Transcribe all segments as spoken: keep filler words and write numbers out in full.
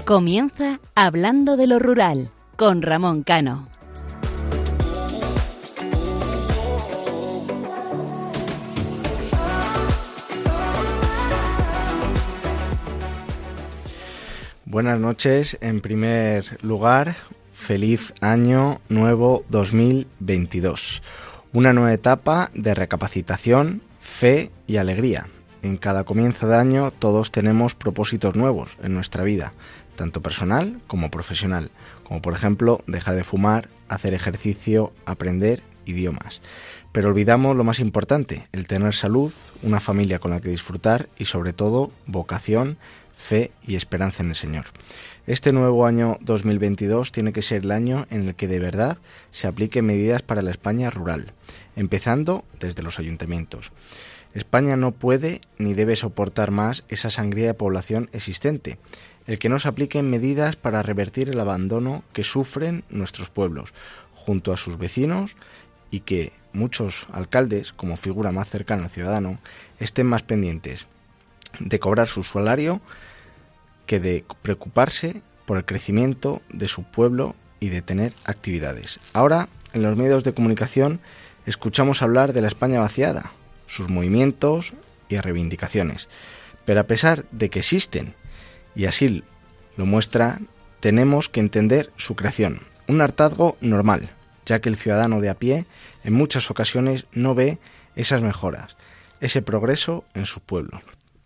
Comienza Hablando de lo Rural, con Ramón Cano. Buenas noches. En primer lugar, feliz año nuevo dos mil veintidós. Una nueva etapa de recapacitación, fe y alegría. En cada comienzo de año todos tenemos propósitos nuevos en nuestra vida, tanto personal como profesional, como por ejemplo dejar de fumar, hacer ejercicio, aprender idiomas. Pero olvidamos lo más importante, el tener salud, una familia con la que disfrutar y sobre todo vocación, fe y esperanza en el Señor. Este nuevo año dos mil veintidós tiene que ser el año en el que de verdad se apliquen medidas para la España rural, empezando desde los ayuntamientos. España no puede ni debe soportar más esa sangría de población existente, el que no se apliquen medidas para revertir el abandono que sufren nuestros pueblos junto a sus vecinos y que muchos alcaldes, como figura más cercana al ciudadano, estén más pendientes de cobrar su salario que de preocuparse por el crecimiento de su pueblo y de tener actividades. Ahora, en los medios de comunicación, escuchamos hablar de la España vaciada, sus movimientos y reivindicaciones. Pero a pesar de que existen, y así lo muestra, tenemos que entender su creación. Un hartazgo normal, ya que el ciudadano de a pie en muchas ocasiones no ve esas mejoras, ese progreso en su pueblo.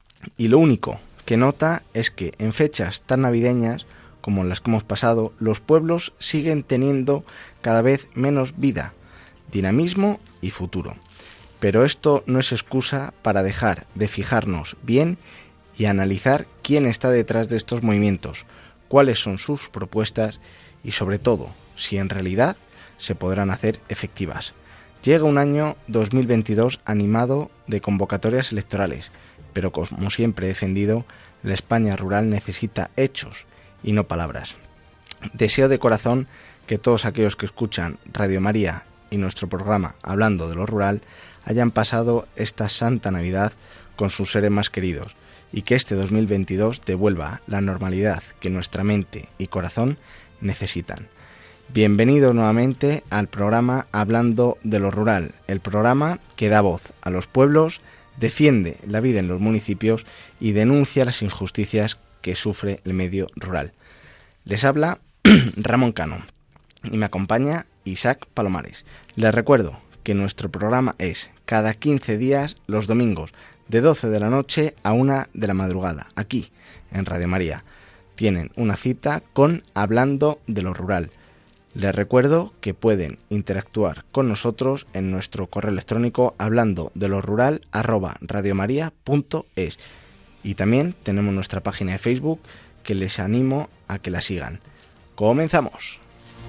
Y lo único que nota es que en fechas tan navideñas como las que hemos pasado, los pueblos siguen teniendo cada vez menos vida, dinamismo y futuro. Pero esto no es excusa para dejar de fijarnos bien y analizar quién está detrás de estos movimientos, cuáles son sus propuestas y sobre todo, si en realidad se podrán hacer efectivas. Llega un año dos mil veintidós animado de convocatorias electorales, pero como siempre he defendido, la España rural necesita hechos y no palabras. Deseo de corazón que todos aquellos que escuchan Radio María y nuestro programa Hablando de lo Rural hayan pasado esta Santa Navidad con sus seres más queridos y que este dos mil veintidós devuelva la normalidad que nuestra mente y corazón necesitan. Bienvenido nuevamente al programa Hablando de lo Rural, el programa que da voz a los pueblos, defiende la vida en los municipios y denuncia las injusticias que sufre el medio rural. Les habla Ramón Cano y me acompaña Isaac Palomares. Les recuerdo que nuestro programa es cada quince días los domingos de doce de la noche a una de la madrugada, aquí en Radio María. Tienen una cita con Hablando de lo Rural. Les recuerdo que pueden interactuar con nosotros en nuestro correo electrónico hablando de lo rural arroba radiomaria punto es y también tenemos nuestra página de Facebook que les animo a que la sigan. ¡Comenzamos!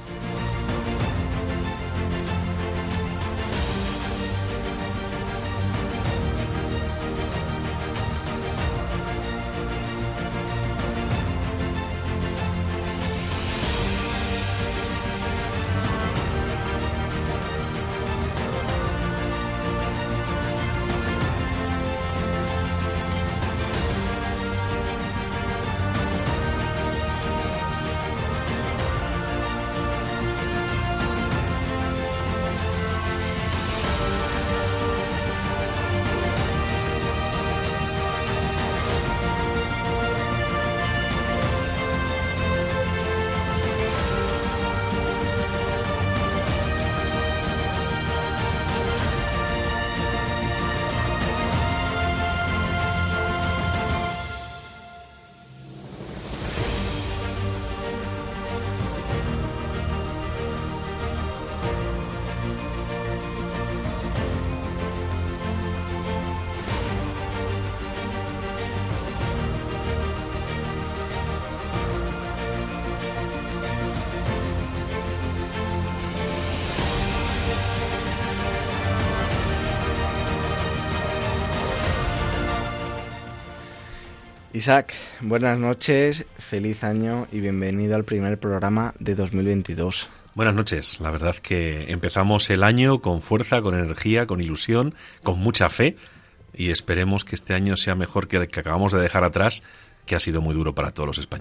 Isaac, buenas noches, feliz año y bienvenido al primer programa de dos mil veintidós. Buenas noches. La verdad que empezamos el año con fuerza, con energía, con ilusión, con mucha fe y esperemos que este año sea mejor que el que acabamos de dejar atrás, que ha sido muy duro para todos los españoles.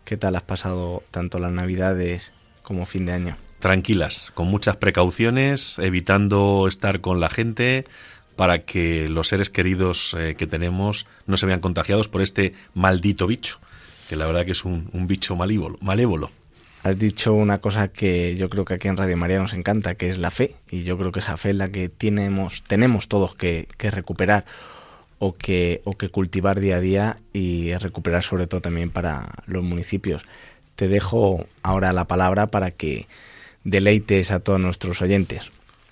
¿Qué tal has pasado tanto las Navidades como fin de año? Tranquilas, con muchas precauciones, evitando estar con la gente para que los seres queridos eh, que tenemos no se vean contagiados por este maldito bicho, que la verdad que es un, un bicho malévolo, malévolo. Has dicho una cosa que yo creo que aquí en Radio María nos encanta, que es la fe, y yo creo que esa fe es la que tenemos, tenemos todos que, que recuperar o que, o que cultivar día a día y recuperar sobre todo también para los municipios. Te dejo ahora la palabra para que deleites a todos nuestros oyentes.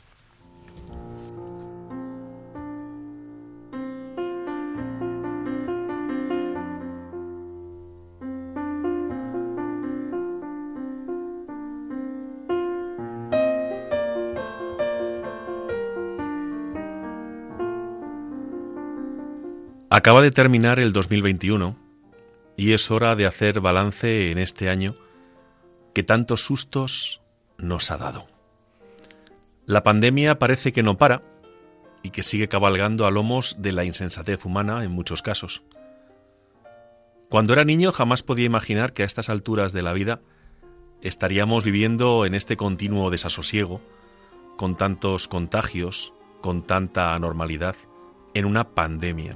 Acaba de terminar el dos mil veintiuno y es hora de hacer balance en este año que tantos sustos nos ha dado. La pandemia parece que no para y que sigue cabalgando a lomos de la insensatez humana en muchos casos. Cuando era niño jamás podía imaginar que a estas alturas de la vida estaríamos viviendo en este continuo desasosiego, con tantos contagios, con tanta anormalidad, en una pandemia.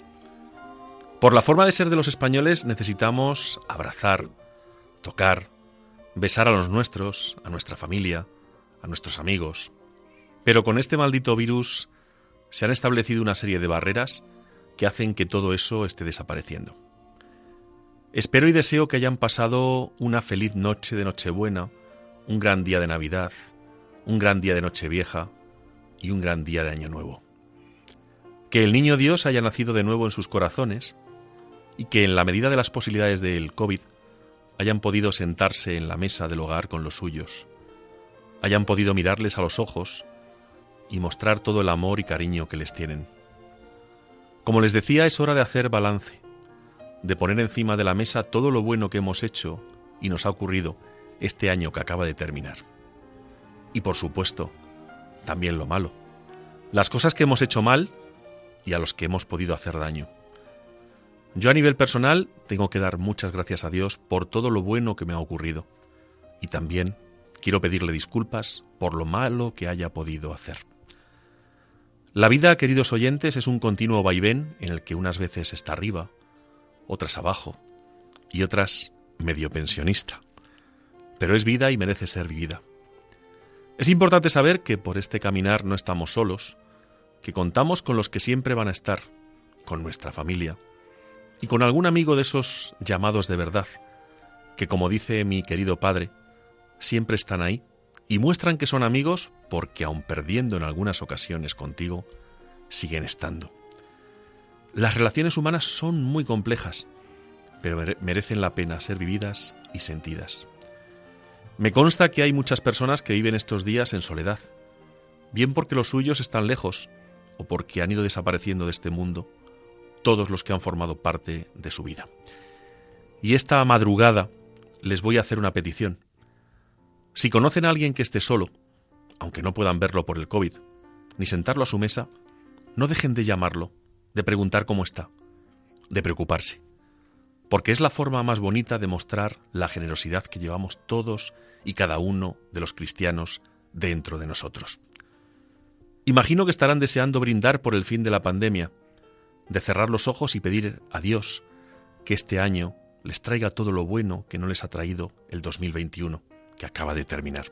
Por la forma de ser de los españoles necesitamos abrazar, tocar, besar a los nuestros, a nuestra familia, a nuestros amigos. Pero con este maldito virus se han establecido una serie de barreras que hacen que todo eso esté desapareciendo. Espero y deseo que hayan pasado una feliz noche de Nochebuena, un gran día de Navidad, un gran día de Nochevieja y un gran día de Año Nuevo. Que el Niño Dios haya nacido de nuevo en sus corazones y que en la medida de las posibilidades del COVID hayan podido sentarse en la mesa del hogar con los suyos, hayan podido mirarles a los ojos y mostrar todo el amor y cariño que les tienen. Como les decía, es hora de hacer balance, de poner encima de la mesa todo lo bueno que hemos hecho y nos ha ocurrido este año que acaba de terminar. Y por supuesto, también lo malo, las cosas que hemos hecho mal y a los que hemos podido hacer daño. Yo a nivel personal tengo que dar muchas gracias a Dios por todo lo bueno que me ha ocurrido y también quiero pedirle disculpas por lo malo que haya podido hacer. La vida, queridos oyentes, es un continuo vaivén en el que unas veces está arriba, otras abajo y otras medio pensionista. Pero es vida y merece ser vivida. Es importante saber que por este caminar no estamos solos, que contamos con los que siempre van a estar, con nuestra familia, y con algún amigo de esos llamados de verdad, que como dice mi querido padre, siempre están ahí y muestran que son amigos porque aun perdiendo en algunas ocasiones contigo, siguen estando. Las relaciones humanas son muy complejas, pero merecen la pena ser vividas y sentidas. Me consta que hay muchas personas que viven estos días en soledad, bien porque los suyos están lejos o porque han ido desapareciendo de este mundo todos los que han formado parte de su vida. Y esta madrugada les voy a hacer una petición. Si conocen a alguien que esté solo, aunque no puedan verlo por el COVID, ni sentarlo a su mesa, no dejen de llamarlo, de preguntar cómo está, de preocuparse, porque es la forma más bonita de mostrar la generosidad que llevamos todos y cada uno de los cristianos dentro de nosotros. Imagino que estarán deseando brindar por el fin de la pandemia, de cerrar los ojos y pedir a Dios que este año les traiga todo lo bueno que no les ha traído el dos mil veintiuno, que acaba de terminar.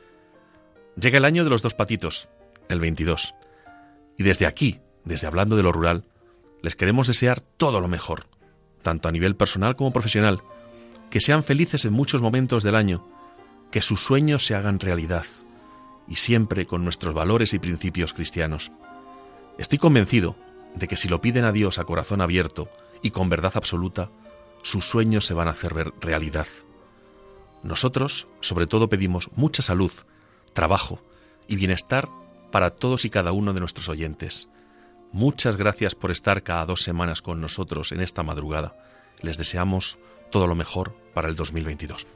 Llega el año de los dos patitos, el veintidós, y desde aquí, desde Hablando de lo Rural, les queremos desear todo lo mejor, tanto a nivel personal como profesional, que sean felices en muchos momentos del año, que sus sueños se hagan realidad, y siempre con nuestros valores y principios cristianos. Estoy convencido de que si lo piden a Dios a corazón abierto y con verdad absoluta, sus sueños se van a hacer realidad. Nosotros, sobre todo, pedimos mucha salud, trabajo y bienestar para todos y cada uno de nuestros oyentes. Muchas gracias por estar cada dos semanas con nosotros en esta madrugada. Les deseamos todo lo mejor para el dos mil veintidós.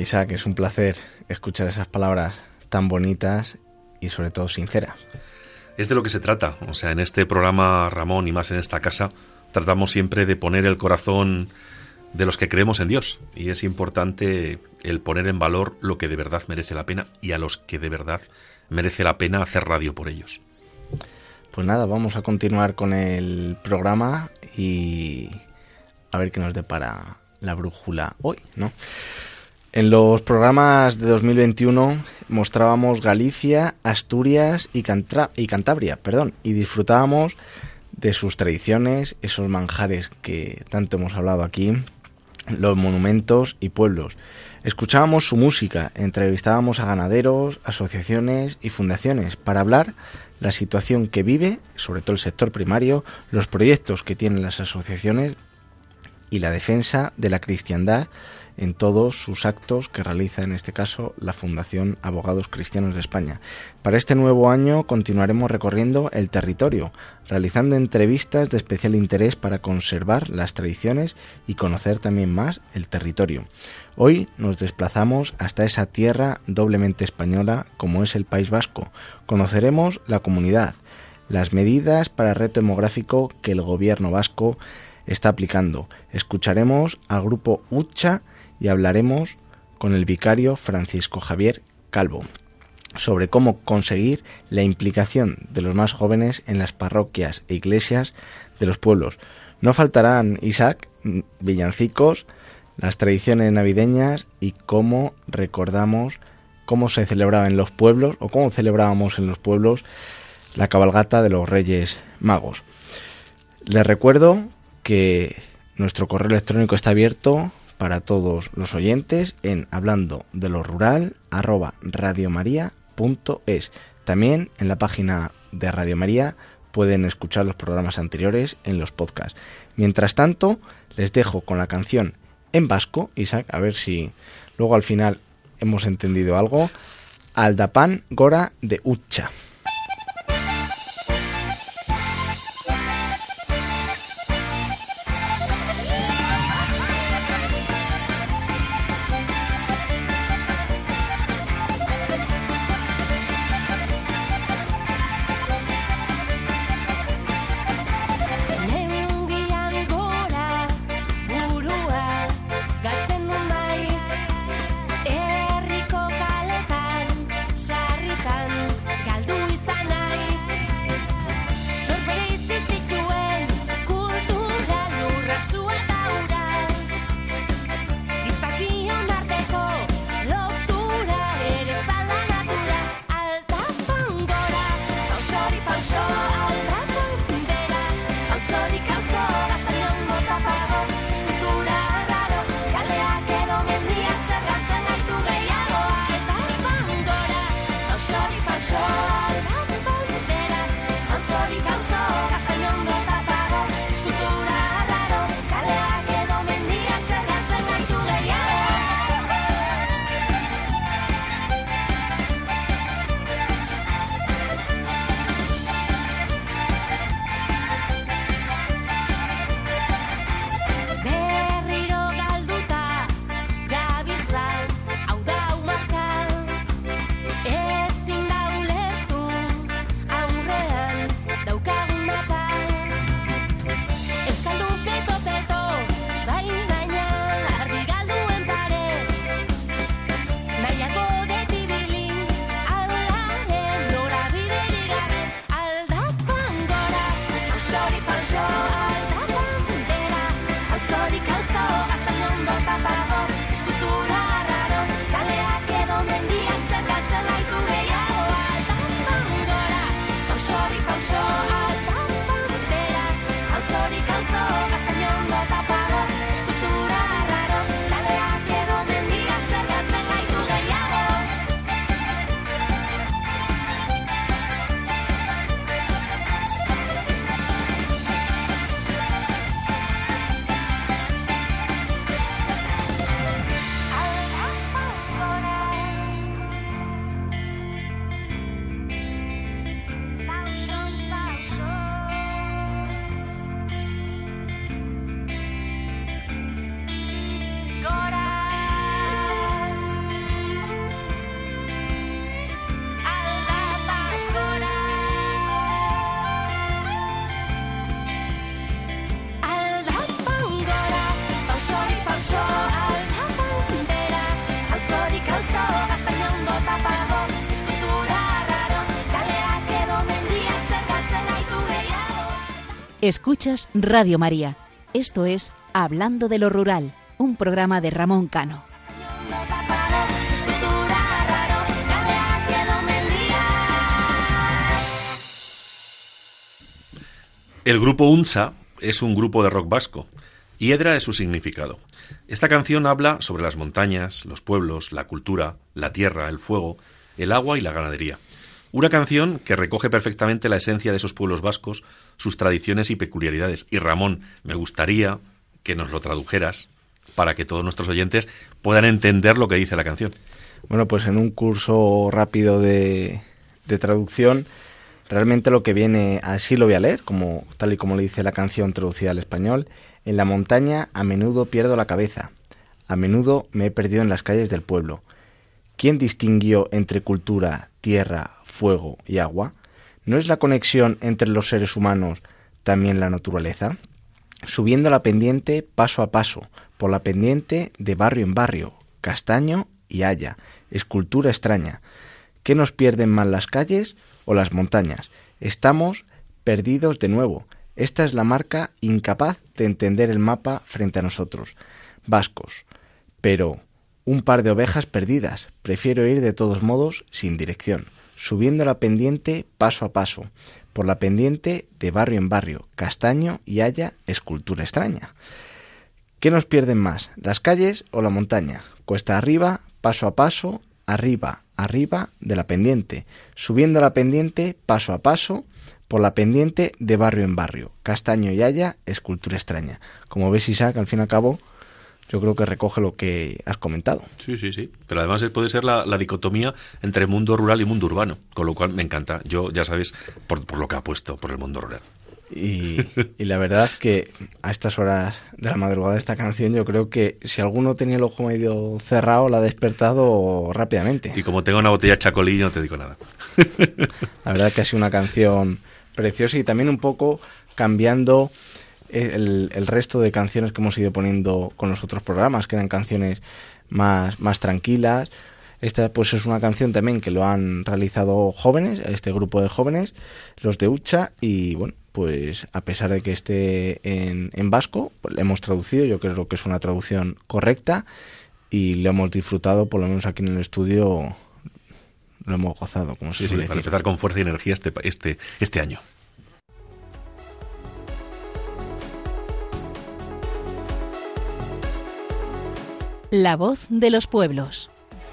Isaac, es un placer escuchar esas palabras tan bonitas y sobre todo sinceras. Es de lo que se trata. O sea, en este programa, Ramón, y más en esta casa, tratamos siempre de poner el corazón de los que creemos en Dios. Y es importante el poner en valor lo que de verdad merece la pena y a los que de verdad merece la pena hacer radio por ellos. Pues nada, vamos a continuar con el programa y a ver qué nos depara la brújula hoy, ¿no? En los programas de dos mil veintiuno mostrábamos Galicia, Asturias y, Cantra- y Cantabria, perdón, y disfrutábamos de sus tradiciones, esos manjares que tanto hemos hablado aquí, los monumentos y pueblos. Escuchábamos su música, entrevistábamos a ganaderos, asociaciones y fundaciones para hablar la situación que vive, sobre todo el sector primario, los proyectos que tienen las asociaciones y la defensa de la cristiandad en todos sus actos que realiza en este caso la Fundación Abogados Cristianos de España. Para este nuevo año continuaremos recorriendo el territorio, realizando entrevistas de especial interés para conservar las tradiciones y conocer también más el territorio. Hoy nos desplazamos hasta esa tierra doblemente española como es el País Vasco. Conoceremos la comunidad, las medidas para el reto demográfico que el gobierno vasco está aplicando. Escucharemos al grupo Ucha y hablaremos con el vicario Francisco Javier Calvo sobre cómo conseguir la implicación de los más jóvenes en las parroquias e iglesias de los pueblos. No faltarán, Isaac, villancicos, las tradiciones navideñas y cómo recordamos cómo se celebraba en los pueblos o cómo celebrábamos en los pueblos la cabalgata de los Reyes Magos. Les recuerdo que nuestro correo electrónico está abierto para todos los oyentes en hablando de lo rural arroba radiomaria punto es. También en la página de Radio María pueden escuchar los programas anteriores en los podcasts. Mientras tanto, les dejo con la canción en vasco, Isaac, a ver si luego al final hemos entendido algo. Aldapan Gora de Ucha. Herriko kaletan, sarritan, galdu Escuchas Radio María. Esto es Hablando de lo Rural, un programa de Ramón Cano. El grupo Untsa es un grupo de rock vasco. Hiedra es su significado. Esta canción habla sobre las montañas, los pueblos, la cultura, la tierra, el fuego, el agua y la ganadería. Una canción que recoge perfectamente la esencia de esos pueblos vascos, sus tradiciones y peculiaridades. Y Ramón, me gustaría que nos lo tradujeras para que todos nuestros oyentes puedan entender lo que dice la canción. Bueno, pues en un curso rápido de, de traducción, realmente lo que viene, así lo voy a leer, como tal y como le dice la canción traducida al español. En la montaña a menudo pierdo la cabeza, a menudo me he perdido en las calles del pueblo. ¿Quién distinguió entre cultura, tierra, fuego y agua? ¿No es la conexión entre los seres humanos también la naturaleza? Subiendo la pendiente paso a paso, por la pendiente de barrio en barrio, castaño y haya, escultura extraña. ¿Qué nos pierden más las calles o las montañas? Estamos perdidos de nuevo. Esta es la marca incapaz de entender el mapa frente a nosotros, vascos. Pero un par de ovejas perdidas, prefiero ir de todos modos sin dirección, subiendo la pendiente paso a paso, por la pendiente de barrio en barrio, castaño y haya, escultura extraña. ¿Qué nos pierden más, las calles o la montaña? Cuesta arriba, paso a paso, arriba, arriba de la pendiente, subiendo la pendiente paso a paso, por la pendiente de barrio en barrio, castaño y haya, escultura extraña. Como ves, Isaac, al fin y al cabo, yo creo que recoge lo que has comentado. Sí, sí, sí. Pero además puede ser la, la dicotomía entre mundo rural y mundo urbano, con lo cual me encanta. Yo, ya sabes, por, por lo que apuesto por el mundo rural. Y, y la verdad que a estas horas de la madrugada de esta canción, yo creo que si alguno tenía el ojo medio cerrado, la ha despertado rápidamente. Y como tengo una botella Chacolí, no te digo nada. La verdad que ha sido una canción preciosa y también un poco cambiando el, el resto de canciones que hemos ido poniendo con los otros programas, que eran canciones más, más tranquilas. Esta pues es una canción también que lo han realizado jóvenes, este grupo de jóvenes, los de Untsa, y bueno, pues a pesar de que esté en, en vasco, pues, le hemos traducido, yo creo que es una traducción correcta y lo hemos disfrutado, por lo menos aquí en el estudio lo hemos gozado, como se sí, suele sí, decir. Para empezar con fuerza y energía este, este, este año. La voz de los pueblos.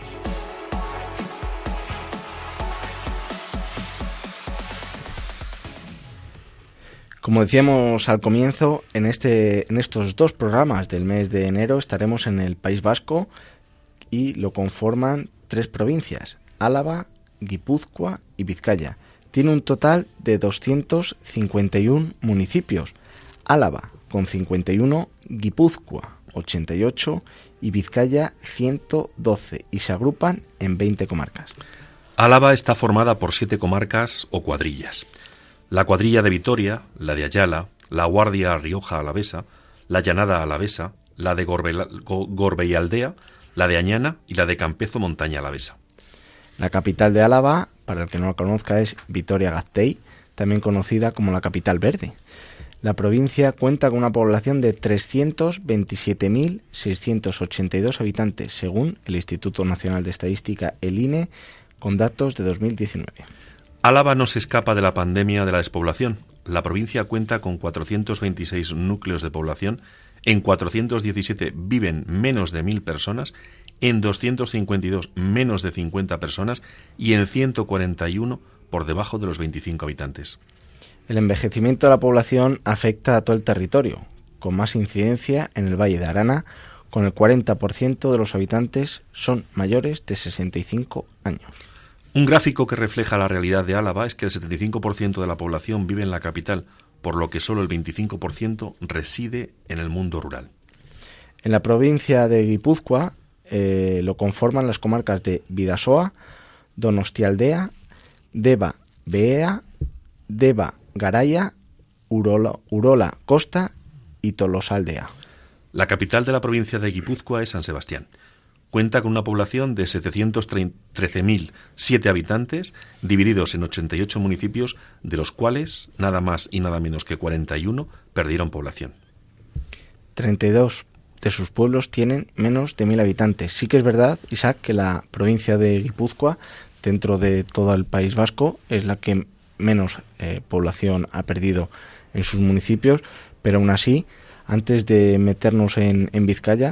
Como decíamos al comienzo, en este, en estos dos programas del mes de enero estaremos en el País Vasco y lo conforman tres provincias: Álava, Guipúzcoa y Vizcaya. Tiene un total de doscientos cincuenta y uno municipios. Álava con cincuenta y uno, Guipúzcoa ochenta y ocho y Vizcaya ciento doce, y se agrupan en veinte comarcas. Álava está formada por siete comarcas o cuadrillas. La cuadrilla de Vitoria, la de Ayala, la Guardia Rioja Alavesa, la Llanada Alavesa, la de Gorbeialdea, la de Añana y la de Campezo Montaña Alavesa. La capital de Álava, para el que no la conozca, es Vitoria-Gasteiz, también conocida como la capital verde. La provincia cuenta con una población de trescientos veintisiete mil seiscientos ochenta y dos habitantes, según el Instituto Nacional de Estadística, el I N E, con datos de dos mil diecinueve. Álava no se escapa de la pandemia de la despoblación. La provincia cuenta con cuatrocientos veintiséis núcleos de población, en cuatrocientos diecisiete viven menos de mil personas, en doscientos cincuenta y dos menos de cincuenta personas y en ciento cuarenta y uno por debajo de los veinticinco habitantes. El envejecimiento de la población afecta a todo el territorio, con más incidencia en el Valle de Arana, con el cuarenta por ciento de los habitantes son mayores de sesenta y cinco años. Un gráfico que refleja la realidad de Álava es que el setenta y cinco por ciento de la población vive en la capital, por lo que solo el veinticinco por ciento reside en el mundo rural. En la provincia de Guipúzcoa eh, lo conforman las comarcas de Bidasoa, Donostialdea, Deba Beea, Deba Garaia, Urola, Urola Costa y Tolosaldea. La capital de la provincia de Guipúzcoa es San Sebastián. cuenta con una población de setecientos trece mil siete habitantes, divididos en ochenta y ocho municipios, de los cuales nada más y nada menos que cuarenta y uno perdieron población. treinta y dos de sus pueblos tienen menos de mil habitantes. Sí que es verdad, Isaac, que la provincia de Guipúzcoa, dentro de todo el País Vasco, es la que menos eh, población ha perdido en sus municipios, pero aún así, antes de meternos en, en Vizcaya,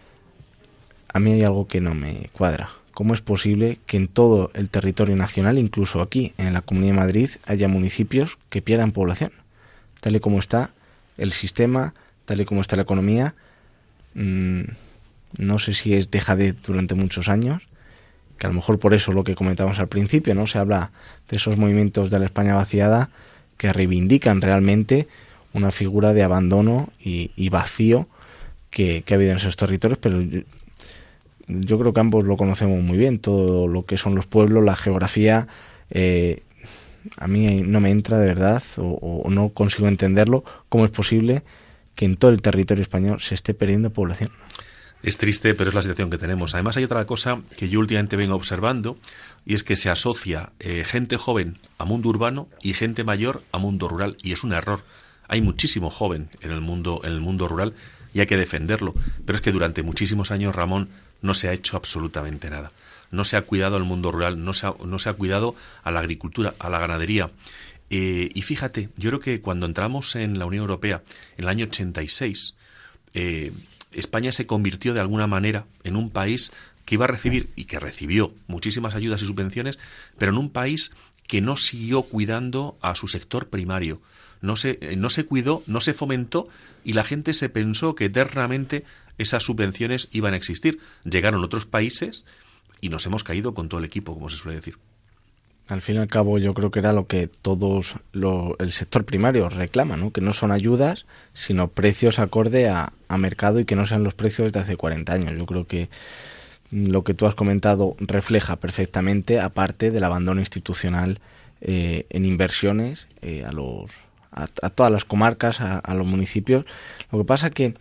a mí hay algo que no me cuadra. ¿Cómo es posible que en todo el territorio nacional, incluso aquí en la Comunidad de Madrid, haya municipios que pierdan población? Tal y como está el sistema, tal y como está la economía, mmm, no sé si es dejadez durante muchos años, que a lo mejor por eso lo que comentábamos al principio, ¿no? Se habla de esos movimientos de la España vaciada que reivindican realmente una figura de abandono y, y vacío que, que ha habido en esos territorios, pero yo, yo creo que ambos lo conocemos muy bien, todo lo que son los pueblos, la geografía. Eh, a mí no me entra de verdad o, o no consigo entenderlo, cómo es posible que en todo el territorio español se esté perdiendo población. Es triste, pero es la situación que tenemos. Además, hay otra cosa que yo últimamente vengo observando, y es que se asocia eh, gente joven a mundo urbano y gente mayor a mundo rural, y es un error. Hay muchísimo joven en el mundo en el mundo rural y hay que defenderlo, pero es que durante muchísimos años, Ramón, no se ha hecho absolutamente nada. No se ha cuidado al mundo rural, no se ha, no se ha cuidado a la agricultura, a la ganadería. Eh, y fíjate, yo creo que cuando entramos en la Unión Europea, en el año ochenta y seis, eh, España se convirtió de alguna manera en un país que iba a recibir, y que recibió, muchísimas ayudas y subvenciones, pero en un país que no siguió cuidando a su sector primario. No se, no se cuidó, no se fomentó, y la gente se pensó que eternamente esas subvenciones iban a existir. Llegaron otros países y nos hemos caído con todo el equipo, como se suele decir. Al fin y al cabo, yo creo que era lo que todos lo, el sector primario reclama, ¿no? Que no son ayudas, sino precios acorde a, a mercado, y que no sean los precios de hace cuarenta años. Yo creo que lo que tú has comentado refleja perfectamente, aparte del abandono institucional eh, en inversiones eh, a los a, a todas las comarcas, a, a los municipios. Lo que pasa que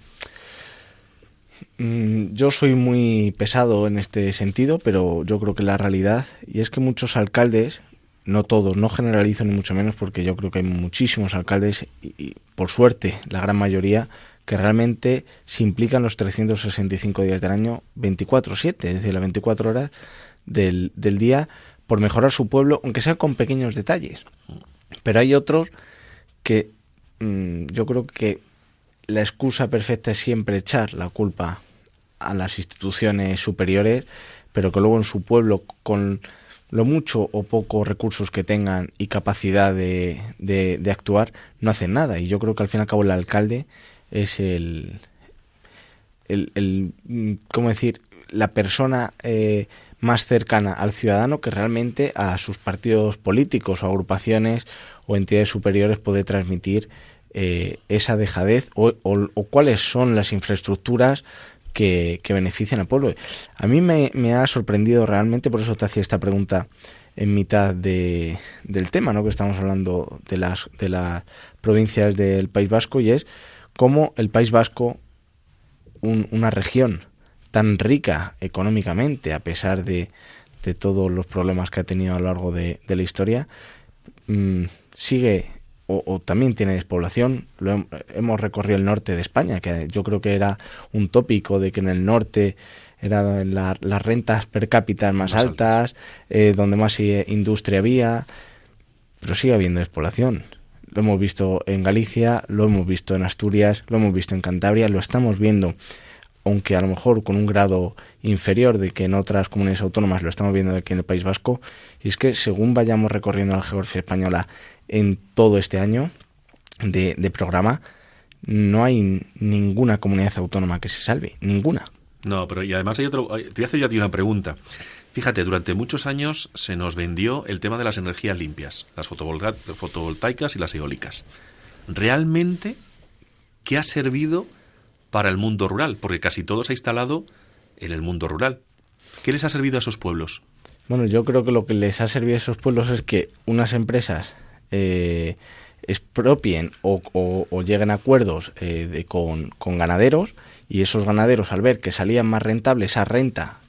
yo soy muy pesado en este sentido, pero yo creo que la realidad, y es que muchos alcaldes, no todos, no generalizo ni mucho menos, porque yo creo que hay muchísimos alcaldes, y, y por suerte la gran mayoría, que realmente se implican los trescientos sesenta y cinco días del año, veinticuatro siete, es decir, las veinticuatro horas del, del día, por mejorar su pueblo, aunque sea con pequeños detalles. Pero hay otros que mmm, yo creo que la excusa perfecta es siempre echar la culpa a las instituciones superiores, pero que luego en su pueblo, con lo mucho o poco recursos que tengan y capacidad de, de, de actuar, no hacen nada. Y yo creo que al fin y al cabo el alcalde es el, el, el ¿cómo decir?, la persona eh, más cercana al ciudadano, que realmente a sus partidos políticos o agrupaciones o entidades superiores puede transmitir Eh, esa dejadez o, o, o cuáles son las infraestructuras que, que benefician al pueblo. A mí me, me ha sorprendido realmente, por eso te hacía esta pregunta en mitad de, del tema, ¿no?, que estamos hablando de las, de las provincias del País Vasco, y es cómo el País Vasco, un, una región tan rica económicamente, a pesar de, de todos los problemas que ha tenido a lo largo de, de la historia, mmm, sigue O, o también tiene despoblación. Lo he, hemos recorrido el norte de España, que yo creo que era un tópico de que en el norte eran la, las rentas per cápita más, más altas, altas. Eh, donde más industria había, pero sigue habiendo despoblación. Lo hemos visto en Galicia, lo hemos visto en Asturias, lo hemos visto en Cantabria, lo estamos viendo, aunque a lo mejor con un grado inferior de que en otras comunidades autónomas, lo estamos viendo aquí en el País Vasco. Y es que según vayamos recorriendo la geografía española en todo este año de, de programa, no hay ninguna comunidad autónoma que se salve, ninguna. No, pero y además hay otro, te voy a hacer yo a ti una pregunta. Fíjate, durante muchos años se nos vendió el tema de las energías limpias, las fotovolta- fotovoltaicas y las eólicas. ¿Realmente qué ha servido para el mundo rural? Porque casi todo se ha instalado en el mundo rural. ¿Qué les ha servido a esos pueblos? Bueno, yo creo que lo que les ha servido a esos pueblos es que unas empresas eh, expropien o, o, o lleguen a acuerdos eh, de, con, con ganaderos, y esos ganaderos, al ver que salían más rentable esa renta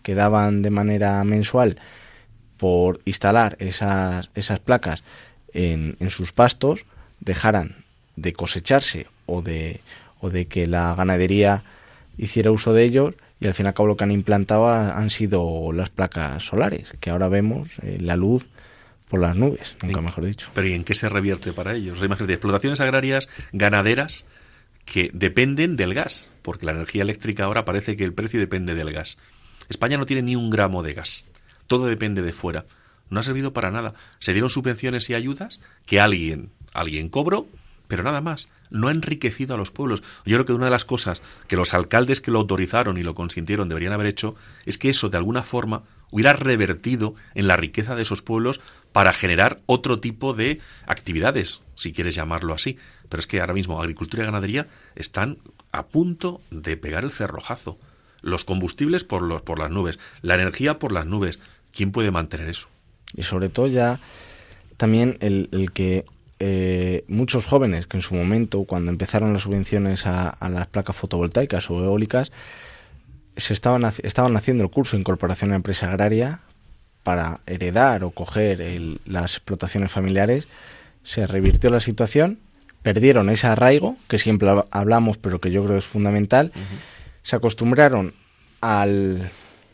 que daban de manera mensual por instalar esas, esas placas en, en sus pastos dejaran de cosecharse o de, o de que la ganadería hiciera uso de ellos, y al fin y al cabo lo que han implantado han sido las placas solares, que ahora vemos eh, la luz por las nubes, nunca mejor dicho. Pero ¿y en qué se revierte para ellos? O sea, imagínate, explotaciones agrarias ganaderas que dependen del gas, porque la energía eléctrica ahora parece que el precio depende del gas. España no tiene ni un gramo de gas, todo depende de fuera. No ha servido para nada. Se dieron subvenciones y ayudas que alguien, alguien cobró, pero nada más. No ha enriquecido a los pueblos. Yo creo que una de las cosas que los alcaldes que lo autorizaron y lo consintieron deberían haber hecho es que eso, de alguna forma, hubiera revertido en la riqueza de esos pueblos para generar otro tipo de actividades, si quieres llamarlo así. Pero es que ahora mismo agricultura y ganadería están a punto de pegar el cerrojazo. Los combustibles por, los, por las nubes, la energía por las nubes. ¿Quién puede mantener eso? Y sobre todo ya también el, el que eh, muchos jóvenes que en su momento, cuando empezaron las subvenciones a, a las placas fotovoltaicas o eólicas, se estaban, estaban haciendo el curso de incorporación a empresa agraria para heredar o coger el, las explotaciones familiares, se revirtió la situación, perdieron ese arraigo, que siempre hablamos, pero que yo creo es fundamental, uh-huh. Se acostumbraron al...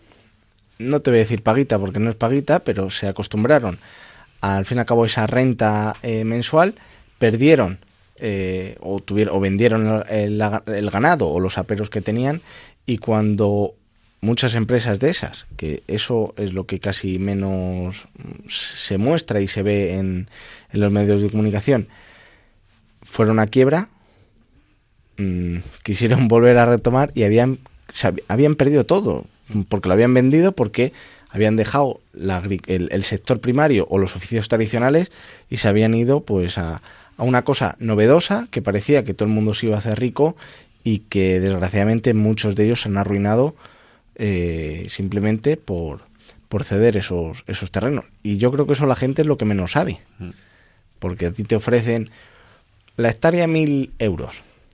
no te voy a decir paguita porque no es paguita, pero se acostumbraron al fin y al cabo esa renta eh, mensual, perdieron eh, o tuvieron o vendieron el, el ganado o los aperos que tenían, y cuando muchas empresas de esas, que eso es lo que casi menos se muestra y se ve en, en los medios de comunicación, fueron a quiebra, mmm, quisieron volver a retomar y habían, habían perdido todo, porque lo habían vendido, porque habían dejado la, el, el sector primario o los oficios tradicionales y se habían ido pues a, a una cosa novedosa que parecía que todo el mundo se iba a hacer rico, y que desgraciadamente muchos de ellos se han arruinado eh, simplemente por, por ceder esos, esos terrenos. Y yo creo que eso la gente es lo que menos sabe, porque a ti te ofrecen la hectárea mil euros.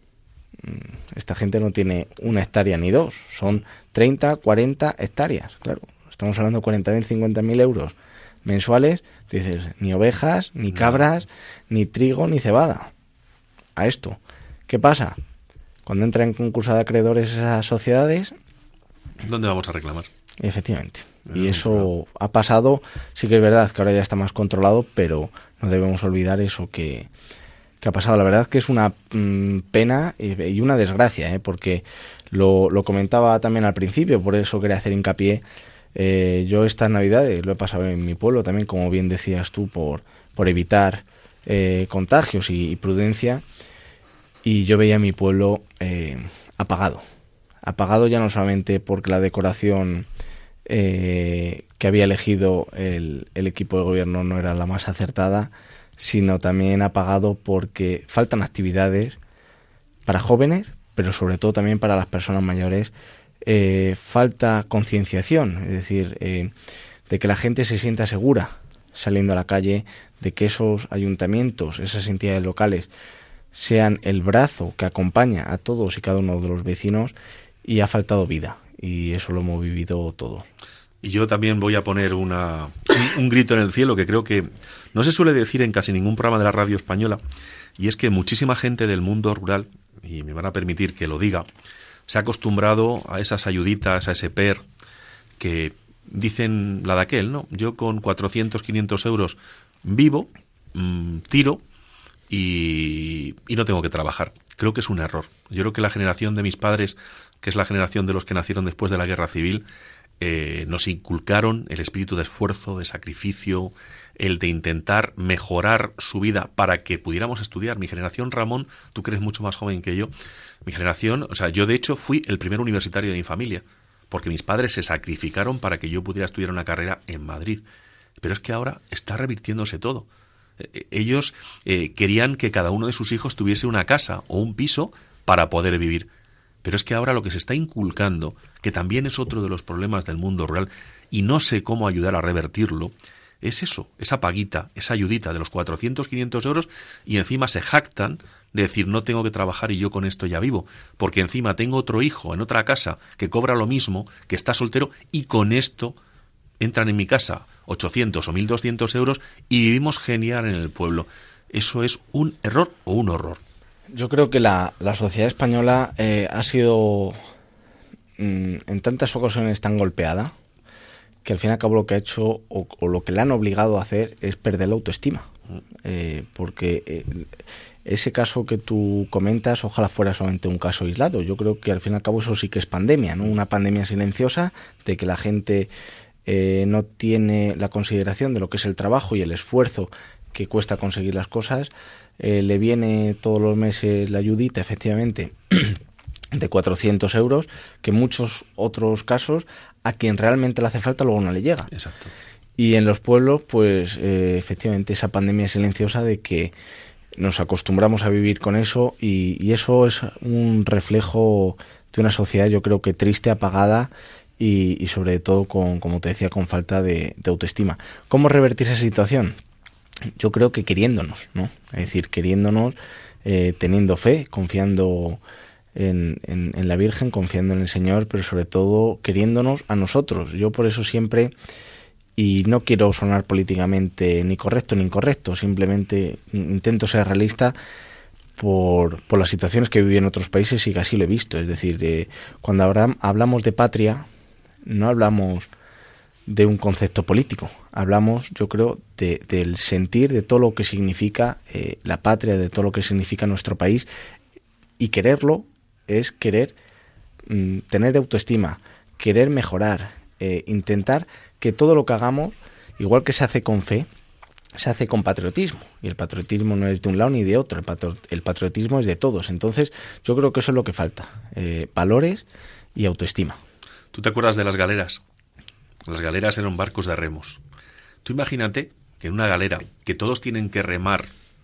Esta gente no tiene una hectárea ni dos, son treinta, cuarenta hectáreas, claro. Estamos hablando de cuarenta mil, cincuenta mil euros mensuales. Dices, ni ovejas, ni cabras, ni trigo, ni cebada. A esto, ¿qué pasa? Cuando entran en concurso de acreedores esas sociedades, ¿dónde vamos a reclamar? Efectivamente. Y eso ha pasado, sí que es verdad que ahora ya está más controlado, pero no debemos olvidar eso que... que ha pasado. La verdad que es una mmm, pena y, y una desgracia, ¿eh? Porque lo, lo comentaba también al principio, por eso quería hacer hincapié. Eh, yo estas navidades lo he pasado en mi pueblo también, como bien decías tú, por, por evitar eh, contagios y, y prudencia, y yo veía mi pueblo eh, apagado. Apagado ya no solamente porque la decoración eh, que había elegido el, el equipo de gobierno no era la más acertada, sino también apagado porque faltan actividades para jóvenes, pero sobre todo también para las personas mayores. Eh, falta concienciación, es decir, eh, de que la gente se sienta segura saliendo a la calle, de que esos ayuntamientos, esas entidades locales, sean el brazo que acompaña a todos y cada uno de los vecinos, y ha faltado vida, y eso lo hemos vivido todos. Y yo también voy a poner una, un, un grito en el cielo que creo que no se suele decir en casi ningún programa de la radio española, y es que muchísima gente del mundo rural, y me van a permitir que lo diga, se ha acostumbrado a esas ayuditas, a ese P E R, que dicen la de aquel, ¿no? Yo con cuatrocientos, quinientos euros vivo, mmm, tiro y, y no tengo que trabajar. Creo que es un error. Yo creo que la generación de mis padres, que es la generación de los que nacieron después de la Guerra Civil, eh, nos inculcaron el espíritu de esfuerzo, de sacrificio, el de intentar mejorar su vida para que pudiéramos estudiar. Mi generación, Ramón, tú que eres mucho más joven que yo, mi generación, o sea, yo de hecho fui el primer universitario de mi familia, porque mis padres se sacrificaron para que yo pudiera estudiar una carrera en Madrid. Pero es que ahora está revirtiéndose todo. Eh, ellos eh, querían que cada uno de sus hijos tuviese una casa o un piso para poder vivir. Pero es que ahora lo que se está inculcando, que también es otro de los problemas del mundo rural, y no sé cómo ayudar a revertirlo, es eso, esa paguita, esa ayudita de los cuatrocientos, quinientos euros, y encima se jactan de decir no tengo que trabajar y yo con esto ya vivo, porque encima tengo otro hijo en otra casa que cobra lo mismo, que está soltero, y con esto entran en mi casa ochocientos o mil doscientos euros y vivimos genial en el pueblo. ¿Eso es un error o un horror? Yo creo que la, la sociedad española eh, ha sido mmm, en tantas ocasiones tan golpeada que al fin y al cabo lo que ha hecho o, o lo que le han obligado a hacer es perder la autoestima. Eh, porque eh, ese caso que tú comentas, ojalá fuera solamente un caso aislado. Yo creo que al fin y al cabo eso sí que es pandemia, ¿no? Una pandemia silenciosa de que la gente eh, no tiene la consideración de lo que es el trabajo y el esfuerzo que cuesta conseguir las cosas. Eh, le viene todos los meses la ayudita, efectivamente, de cuatrocientos euros, que en muchos otros casos a quien realmente le hace falta luego no le llega. Exacto. Y en los pueblos, pues eh, efectivamente esa pandemia silenciosa de que nos acostumbramos a vivir con eso y, y eso es un reflejo de una sociedad, yo creo que triste, apagada y, y sobre todo con, como te decía, con falta de, de autoestima. ¿Cómo revertir esa situación? Yo creo que queriéndonos, ¿no? Es decir, queriéndonos, eh, teniendo fe, confiando En, en, en la Virgen, confiando en el Señor, pero sobre todo queriéndonos a nosotros. Yo por eso siempre, y no quiero sonar políticamente ni correcto ni incorrecto, simplemente intento ser realista por, por las situaciones que viví en otros países y que así lo he visto. Es decir, eh, cuando hablamos de patria, no hablamos de un concepto político, hablamos, yo creo, de, del sentir de todo lo que significa eh, la patria, de todo lo que significa nuestro país, y quererlo es querer mm, tener autoestima, querer mejorar, eh, intentar que todo lo que hagamos, igual que se hace con fe, se hace con patriotismo. Y el patriotismo no es de un lado ni de otro, el, patro, el patriotismo es de todos. Entonces yo creo que eso es lo que falta, eh, valores y autoestima. ¿Tú te acuerdas de las galeras? Las galeras eran barcos de remos. Tú imagínate que en una galera que todos tienen que remar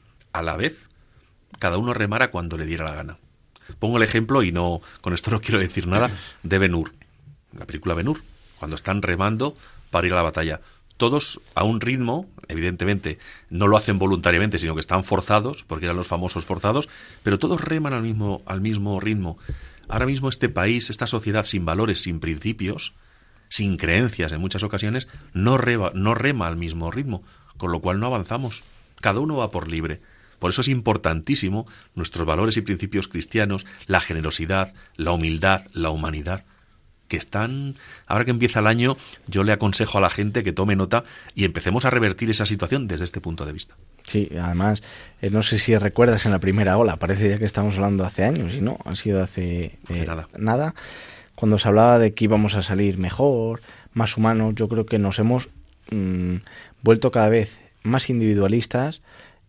a la vez, cada uno remara cuando le diera la gana. Pongo el ejemplo, y no con esto no quiero decir nada, de Ben-Hur, la película Ben-Hur, cuando están remando para ir a la batalla. Todos a un ritmo, evidentemente, no lo hacen voluntariamente, sino que están forzados, porque eran los famosos forzados, pero todos reman al mismo, al mismo ritmo. Ahora mismo este país, esta sociedad sin valores, sin principios, sin creencias en muchas ocasiones, no, reba, no rema al mismo ritmo, con lo cual no avanzamos. Cada uno va por libre. Por eso es importantísimo nuestros valores y principios cristianos, la generosidad, la humildad, la humanidad, que están... Ahora que empieza el año, yo le aconsejo a la gente que tome nota y empecemos a revertir esa situación desde este punto de vista. Sí, además, eh, no sé si recuerdas en la primera ola, parece ya que estamos hablando hace años, y no, ha sido hace, eh, hace nada. nada, cuando se hablaba de que íbamos a salir mejor, más humanos. Yo creo que nos hemos mmm, vuelto cada vez más individualistas.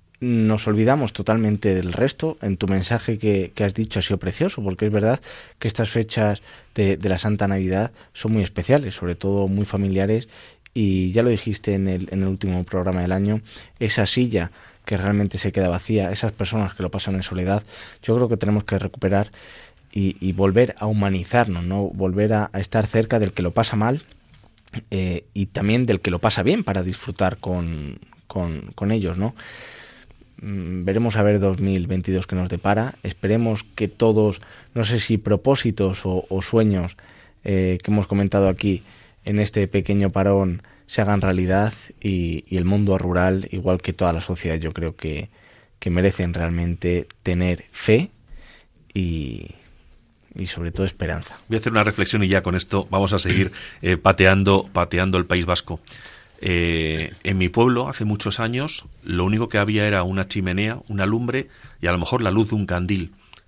Nos olvidamos totalmente del resto. En tu mensaje que, que has dicho ha sido precioso, porque es verdad que estas fechas de, de la Santa Navidad son muy especiales, sobre todo muy familiares, y ya lo dijiste en el, en el último programa del año, esa silla que realmente se queda vacía, esas personas que lo pasan en soledad, yo creo que tenemos que recuperar y, y volver a humanizarnos, ¿no? Volver a, a estar cerca del que lo pasa mal eh, y también del que lo pasa bien, para disfrutar con, con, con ellos, ¿no? Veremos a ver dos mil veintidós que nos depara. Esperemos que todos, no sé si propósitos o, o sueños eh, que hemos comentado aquí en este pequeño parón se hagan realidad, y, y el mundo rural, igual que toda la sociedad, yo creo que, que merecen realmente tener fe y, y sobre todo esperanza. Voy a hacer una reflexión y ya con esto vamos a seguir eh, pateando, pateando el País Vasco. Eh, en mi pueblo, hace muchos años, lo único que había era una chimenea, una lumbre y a lo mejor la luz de un candil.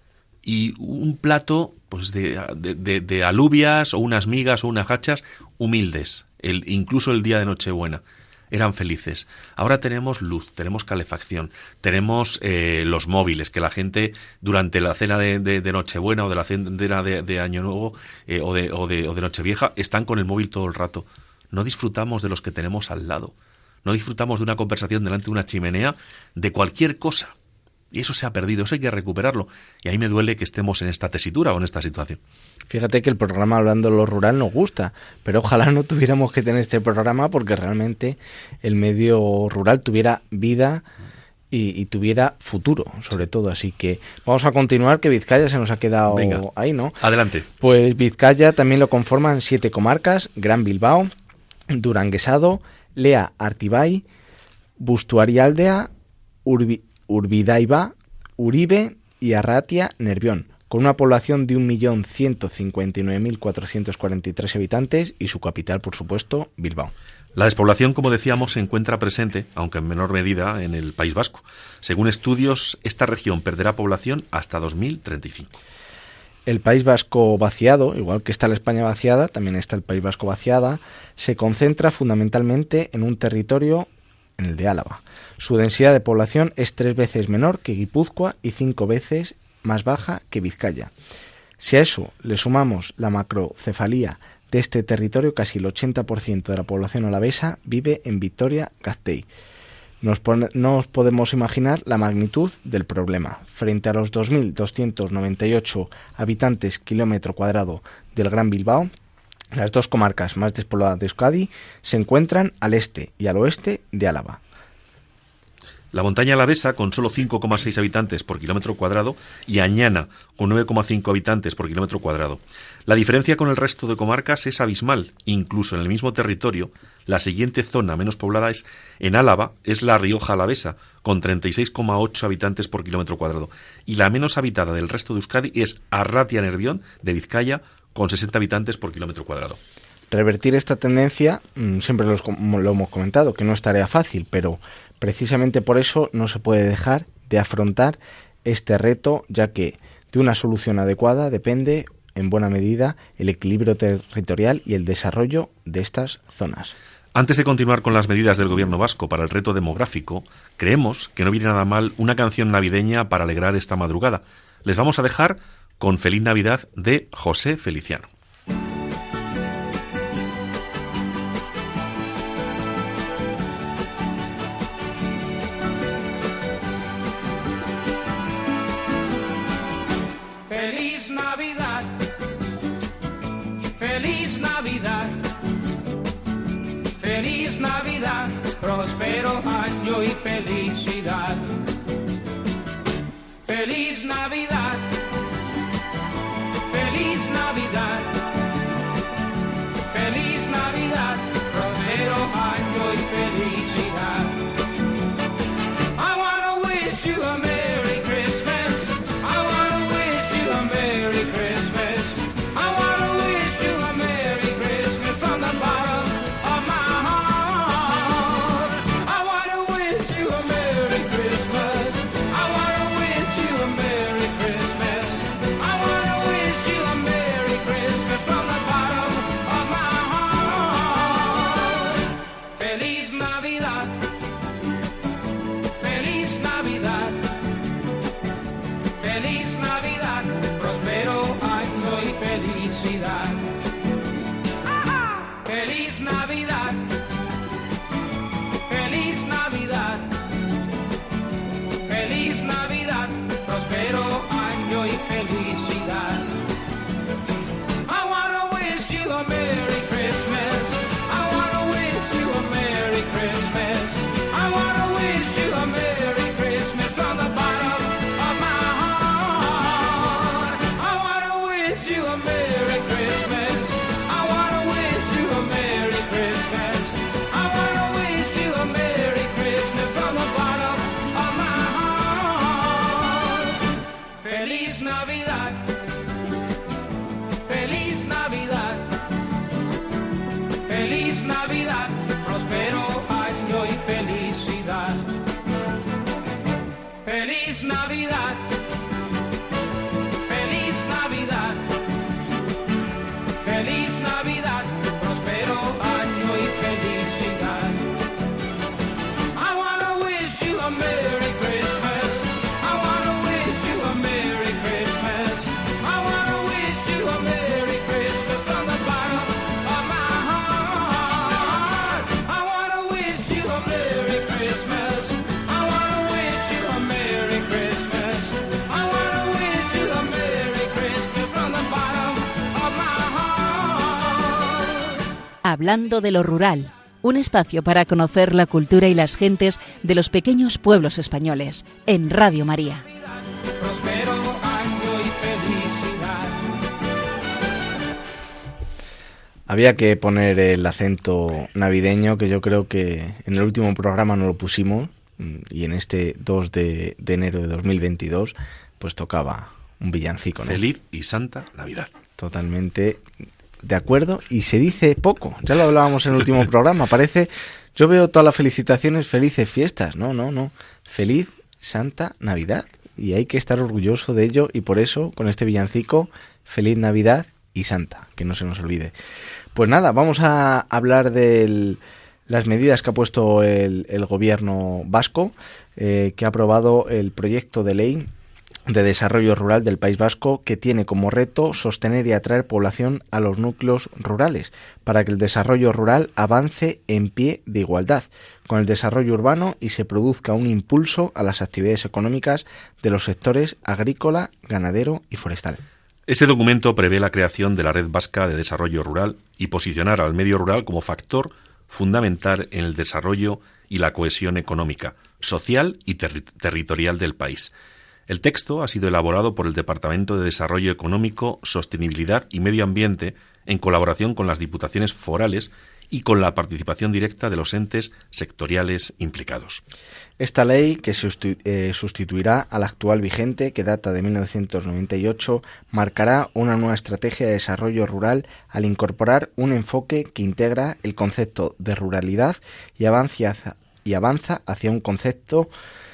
Y un plato pues de, de, de, de alubias o unas migas o unas gachas humildes, el, incluso el día de Nochebuena. Eran felices. Ahora tenemos luz, tenemos calefacción, tenemos eh, los móviles, que la gente durante la cena de, de, de Nochebuena o de la cena de, de Año Nuevo eh, o, de, o, de, o de Nochevieja están con el móvil todo el rato. No disfrutamos de los que tenemos al lado. No disfrutamos de una conversación delante de una chimenea de cualquier cosa. Y eso se ha perdido, eso hay que recuperarlo. Y ahí me duele que estemos en esta tesitura o en esta situación. Fíjate que el programa Hablando de lo Rural nos gusta, pero ojalá no tuviéramos que tener este programa porque realmente el medio rural tuviera vida y, y tuviera futuro, sobre todo. Así que vamos a continuar, que Vizcaya se nos ha quedado Venga, ahí, ¿no? Adelante. Pues Vizcaya también lo conforman siete comarcas: Gran Bilbao, Duranguesado, Lea Artibay, Bustuarialdea, Urbi Urbidaiba, Uribe y Arratia Nervión, con una población de un millón ciento cincuenta y nueve mil cuatrocientos cuarenta y tres habitantes y su capital, por supuesto, Bilbao. La despoblación, como decíamos, se encuentra presente, aunque en menor medida, en el País Vasco. Según estudios, esta región perderá población hasta dos mil treinta y cinco. El País Vasco vaciado, igual que está la España vaciada, también está el País Vasco vaciada, se concentra fundamentalmente en un territorio, en el de Álava. Su densidad de población es tres veces menor que Guipúzcoa y cinco veces más baja que Vizcaya. Si a eso le sumamos la macrocefalía de este territorio, casi el ochenta por ciento de la población alavesa vive en Vitoria-Gasteiz. Nos, pone, nos podemos imaginar la magnitud del problema. Frente a los dos mil doscientos noventa y ocho habitantes kilómetro cuadrado del Gran Bilbao, las dos comarcas más despobladas de Euskadi se encuentran al este y al oeste de Álava. La montaña alavesa, con solo cinco coma seis habitantes por kilómetro cuadrado, y Añana, con nueve coma cinco habitantes por kilómetro cuadrado. La diferencia con el resto de comarcas es abismal. Incluso en el mismo territorio, la siguiente zona menos poblada es en Álava, es la Rioja Alavesa, con treinta y seis coma ocho habitantes por kilómetro cuadrado. Y la menos habitada del resto de Euskadi es Arratia Nervión, de Vizcaya, con sesenta habitantes por kilómetro cuadrado. Revertir esta tendencia, siempre lo hemos comentado, que no es tarea fácil, pero precisamente por eso no se puede dejar de afrontar este reto, ya que de una solución adecuada depende, en buena medida, el equilibrio territorial y el desarrollo de estas zonas. Antes de continuar con las medidas del gobierno vasco para el reto demográfico, creemos que no viene nada mal una canción navideña para alegrar esta madrugada. Les vamos a dejar con Feliz Navidad de José Feliciano. Feliz Navidad, feliz Navidad, feliz Navidad, próspero año y felicidad. Feliz Navidad, feliz Navidad, feliz Navidad, próspero año y felicidad. I wanna wish you a Merry Christmas. I wanna wish you a Merry Christmas. I wanna wish you a Merry Christmas from the bottom of my heart. I wanna wish you a Merry Christmas. Hablando de lo rural, un espacio para conocer la cultura y las gentes de los pequeños pueblos españoles, en Radio María. Prospero año y felicidad. Había que poner el acento navideño, que yo creo que en el último programa no lo pusimos, y en este dos de enero de dos mil veintidós, pues tocaba un villancico, ¿no? Feliz y Santa Navidad. Totalmente de acuerdo, y se dice poco. Ya lo hablábamos en el último programa. Parece, yo veo todas las felicitaciones, felices fiestas. No, no, no. Feliz Santa Navidad. Y hay que estar orgulloso de ello, y por eso, con este villancico, Feliz Navidad y Santa, que no se nos olvide. Pues nada, vamos a hablar de las medidas que ha puesto el, el gobierno vasco, eh, que ha aprobado el proyecto de ley de desarrollo rural del País Vasco, que tiene como reto sostener y atraer población a los núcleos rurales para que el desarrollo rural avance en pie de igualdad con el desarrollo urbano y se produzca un impulso a las actividades económicas de los sectores agrícola, ganadero y forestal. Ese documento prevé la creación de la Red Vasca de Desarrollo Rural y posicionar al medio rural como factor fundamental en el desarrollo y la cohesión económica, social y terri- territorial del país. El texto ha sido elaborado por el Departamento de Desarrollo Económico, Sostenibilidad y Medio Ambiente en colaboración con las diputaciones forales y con la participación directa de los entes sectoriales implicados. Esta ley, que sustitu- eh, sustituirá a la actual vigente, que data de mil novecientos noventa y ocho, marcará una nueva estrategia de desarrollo rural al incorporar un enfoque que integra el concepto de ruralidad y avanza hacia, y avanza hacia un concepto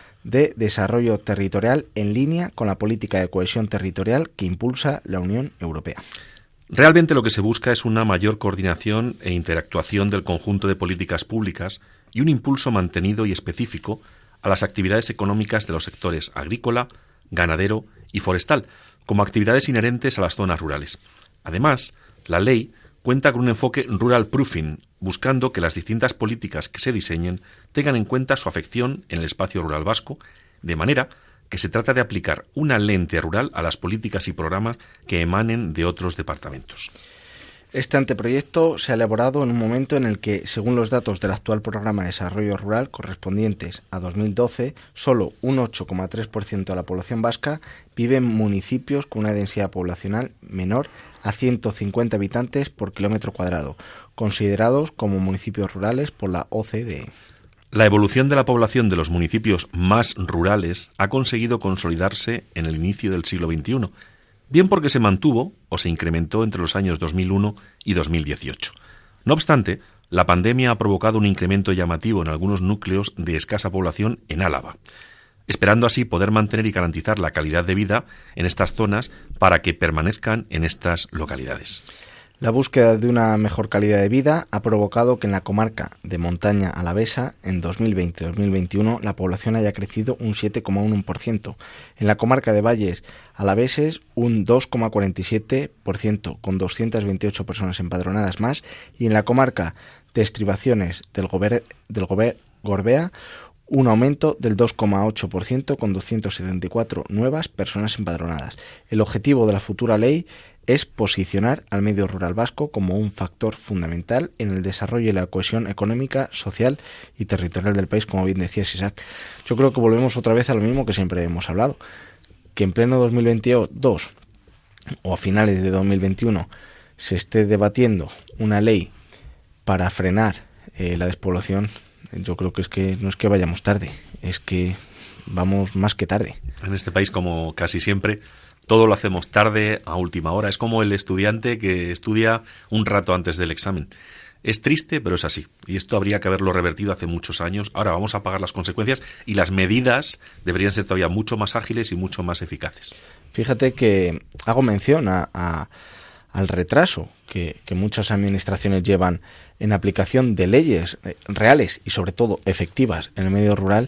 de desarrollo territorial en línea con la política de cohesión territorial que impulsa la Unión Europea. Realmente lo que se busca es una mayor coordinación e interactuación del conjunto de políticas públicas y un impulso mantenido y específico a las actividades económicas de los sectores agrícola, ganadero y forestal, como actividades inherentes a las zonas rurales. Además, la ley cuenta con un enfoque rural proofing, buscando que las distintas políticas que se diseñen tengan en cuenta su afección en el espacio rural vasco, de manera que se trata de aplicar una lente rural a las políticas y programas que emanen de otros departamentos. Este anteproyecto se ha elaborado en un momento en el que, según los datos del actual Programa de Desarrollo Rural correspondientes a dos mil doce, solo un ocho coma tres por ciento de la población vasca vive en municipios con una densidad poblacional menor a ciento cincuenta habitantes por kilómetro cuadrado, considerados como municipios rurales por la O C D E. La evolución de la población de los municipios más rurales ha conseguido consolidarse en el inicio del siglo veintiuno, bien porque se mantuvo o se incrementó entre los años dos mil uno y dos mil dieciocho. No obstante, la pandemia ha provocado un incremento llamativo en algunos núcleos de escasa población en Álava, esperando así poder mantener y garantizar la calidad de vida en estas zonas para que permanezcan en estas localidades. La búsqueda de una mejor calidad de vida ha provocado que en la comarca de Montaña Alavesa, en dos mil veinte dos mil veintiuno, la población haya crecido un siete coma uno por ciento. En la comarca de Valles Alaveses, un dos coma cuarenta y siete por ciento, con doscientas veintiocho personas empadronadas más. Y en la comarca de Estribaciones del, Gober, del Gober, Gorbea, un aumento del dos coma ocho por ciento, con doscientas setenta y cuatro nuevas personas empadronadas. El objetivo de la futura ley es posicionar al medio rural vasco como un factor fundamental en el desarrollo y la cohesión económica, social y territorial del país, como bien decías, Isaac. Yo creo que volvemos otra vez a lo mismo que siempre hemos hablado, que en pleno dos mil veintidós o a finales de dos mil veintiuno se esté debatiendo una ley para frenar eh, la despoblación. Yo creo que es que no es que vayamos tarde, es que vamos más que tarde. En este país, como casi siempre, todo lo hacemos tarde, a última hora. Es como el estudiante que estudia un rato antes del examen. Es triste, pero es así. Y esto habría que haberlo revertido hace muchos años. Ahora vamos a pagar las consecuencias y las medidas deberían ser todavía mucho más ágiles y mucho más eficaces. Fíjate que hago mención a, a, al retraso que, que muchas administraciones llevan en aplicación de leyes reales y sobre todo efectivas en el medio rural.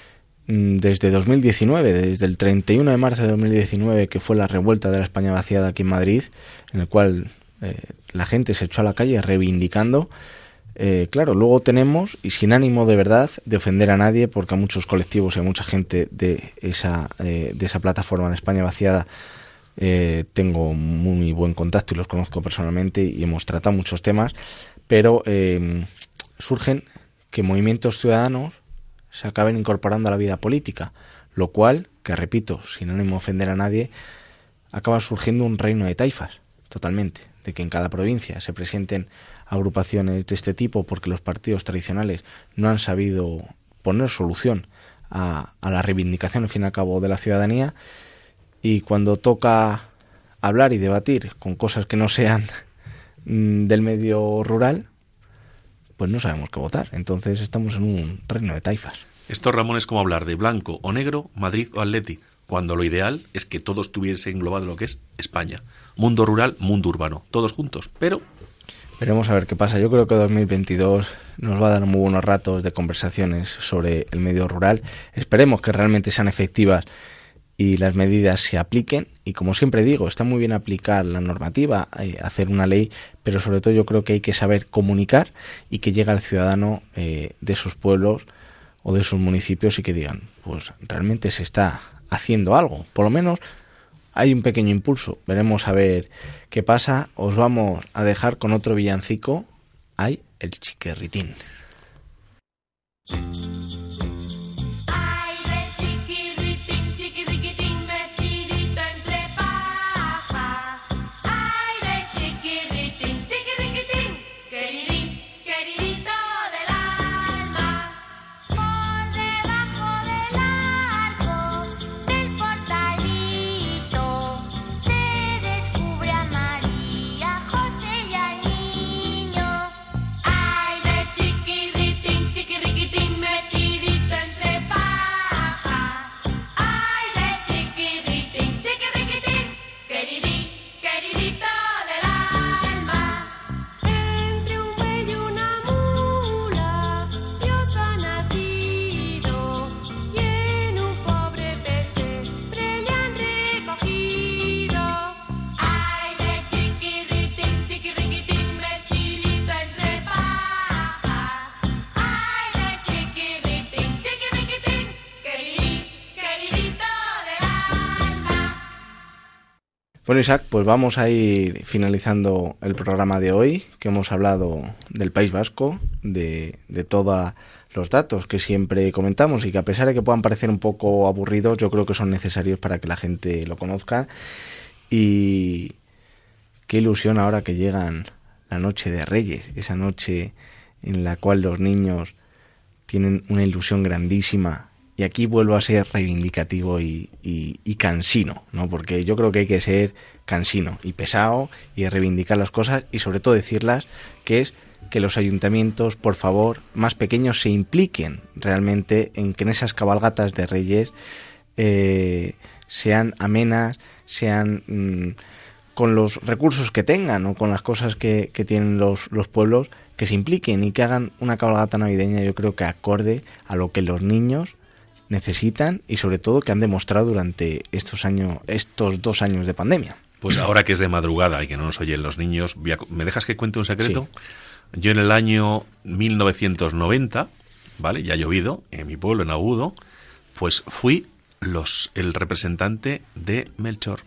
Desde dos mil diecinueve, desde el treinta y uno de marzo de dos mil diecinueve, que fue la revuelta de la España vaciada aquí en Madrid, en el cual eh, la gente se echó a la calle reivindicando, eh, claro, luego tenemos, y sin ánimo de verdad de ofender a nadie, porque a muchos colectivos y a mucha gente de esa, eh, de esa plataforma en España vaciada eh, tengo muy buen contacto y los conozco personalmente y hemos tratado muchos temas, pero eh, surgen que movimientos ciudadanos se acaben incorporando a la vida política, lo cual, que repito, sin ánimo de ofender a nadie, acaba surgiendo un reino de taifas, totalmente, de que en cada provincia se presenten agrupaciones de este tipo porque los partidos tradicionales no han sabido poner solución a, a la reivindicación, al fin y al cabo, de la ciudadanía, y cuando toca hablar y debatir con cosas que no sean mmm, del medio rural, pues no sabemos qué votar. Entonces estamos en un reino de taifas. Esto, Ramón, es como hablar de blanco o negro, Madrid o Atleti, cuando lo ideal es que todo estuviese englobado en lo que es España. Mundo rural, mundo urbano, todos juntos, pero... Veremos a ver qué pasa. Yo creo que dos mil veintidós nos va a dar muy buenos ratos de conversaciones sobre el medio rural. Esperemos que realmente sean efectivas y las medidas se apliquen. Y como siempre digo, está muy bien aplicar la normativa, eh, hacer una ley, pero sobre todo yo creo que hay que saber comunicar y que llegue al ciudadano eh, de esos pueblos o de esos municipios y que digan, pues realmente se está haciendo algo. Por lo menos hay un pequeño impulso. Veremos a ver qué pasa. Os vamos a dejar con otro villancico. Hay el chiquirritín. Bueno, Isaac, pues vamos a ir finalizando el programa de hoy, que hemos hablado del País Vasco, de, de todos los datos que siempre comentamos y que a pesar de que puedan parecer un poco aburridos, yo creo que son necesarios para que la gente lo conozca. Y qué ilusión ahora que llegan la noche de Reyes, esa noche en la cual los niños tienen una ilusión grandísima. Y aquí vuelvo a ser reivindicativo y, y, y cansino, ¿no? Porque yo creo que hay que ser cansino y pesado y reivindicar las cosas y sobre todo decirlas, que es que los ayuntamientos, por favor, más pequeños, se impliquen realmente en que en esas cabalgatas de Reyes eh, sean amenas, sean mmm, con los recursos que tengan o con las cosas que, que tienen los, los pueblos, que se impliquen y que hagan una cabalgata navideña, yo creo que acorde a lo que los niños necesitan y sobre todo que han demostrado durante estos años, estos dos años de pandemia. Pues ahora que es de madrugada y que no nos oyen los niños, voy a, ¿me dejas que cuente un secreto? Sí. Yo en el año mil novecientos noventa, ¿vale? Ya ha llovido, en mi pueblo, en Agudo, pues fui los el representante de Melchor.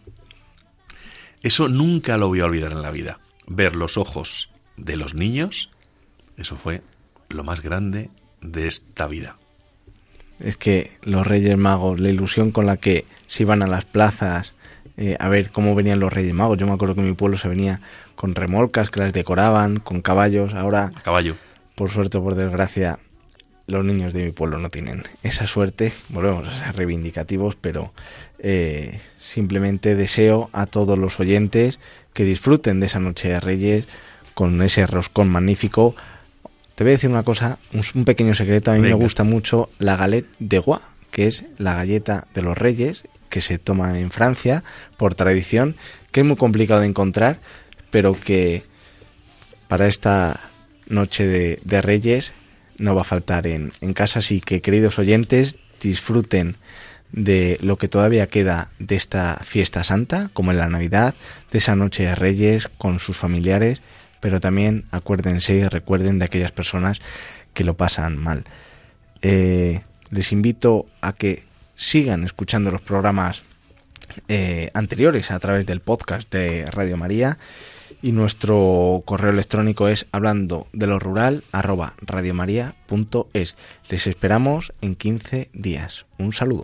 Eso nunca lo voy a olvidar en la vida. Ver los ojos de los niños, eso fue lo más grande de esta vida. Es que los Reyes Magos, la ilusión con la que se iban a las plazas eh, a ver cómo venían los Reyes Magos. Yo me acuerdo que en mi pueblo se venía con remolcas que las decoraban, con caballos. Ahora, a caballo. Por suerte o por desgracia, los niños de mi pueblo no tienen esa suerte. Volvemos a ser reivindicativos, pero eh, simplemente deseo a todos los oyentes que disfruten de esa noche de Reyes con ese roscón magnífico. Te voy a decir una cosa, un, un pequeño secreto. A mí Venga. me gusta mucho la galette de Goix, que es la galleta de los Reyes, que se toma en Francia por tradición, que es muy complicado de encontrar, pero que para esta noche de, de Reyes no va a faltar en, en casa. Así que, queridos oyentes, disfruten de lo que todavía queda de esta fiesta santa, como en la Navidad, de esa noche de Reyes con sus familiares, pero también acuérdense y recuerden de aquellas personas que lo pasan mal. Eh, les invito a que sigan escuchando los programas eh, anteriores a través del podcast de Radio María Y nuestro correo electrónico es hablando de lo rural arroba radiomaria punto es. Les esperamos en quince días. Un saludo.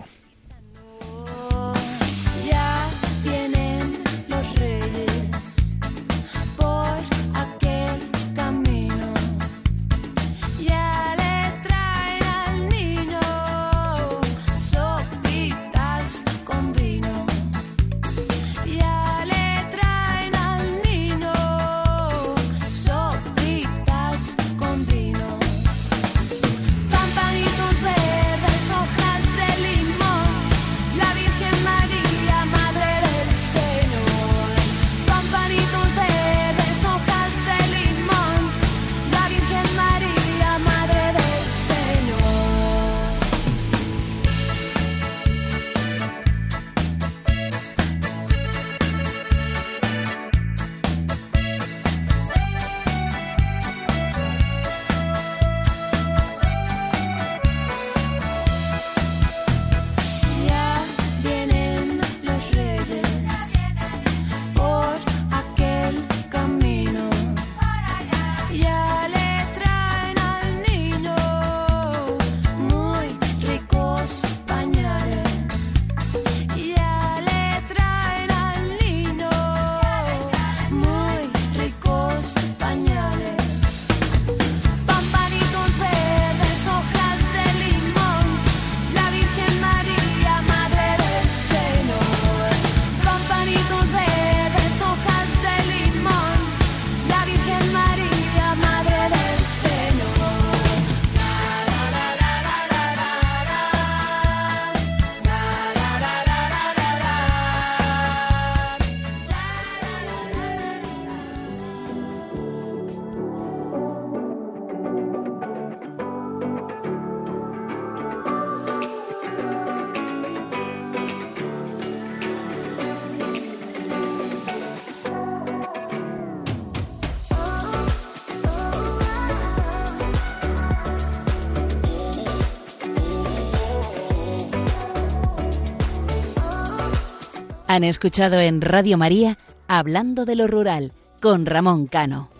Han escuchado en Radio María Hablando de lo Rural con Ramón Cano.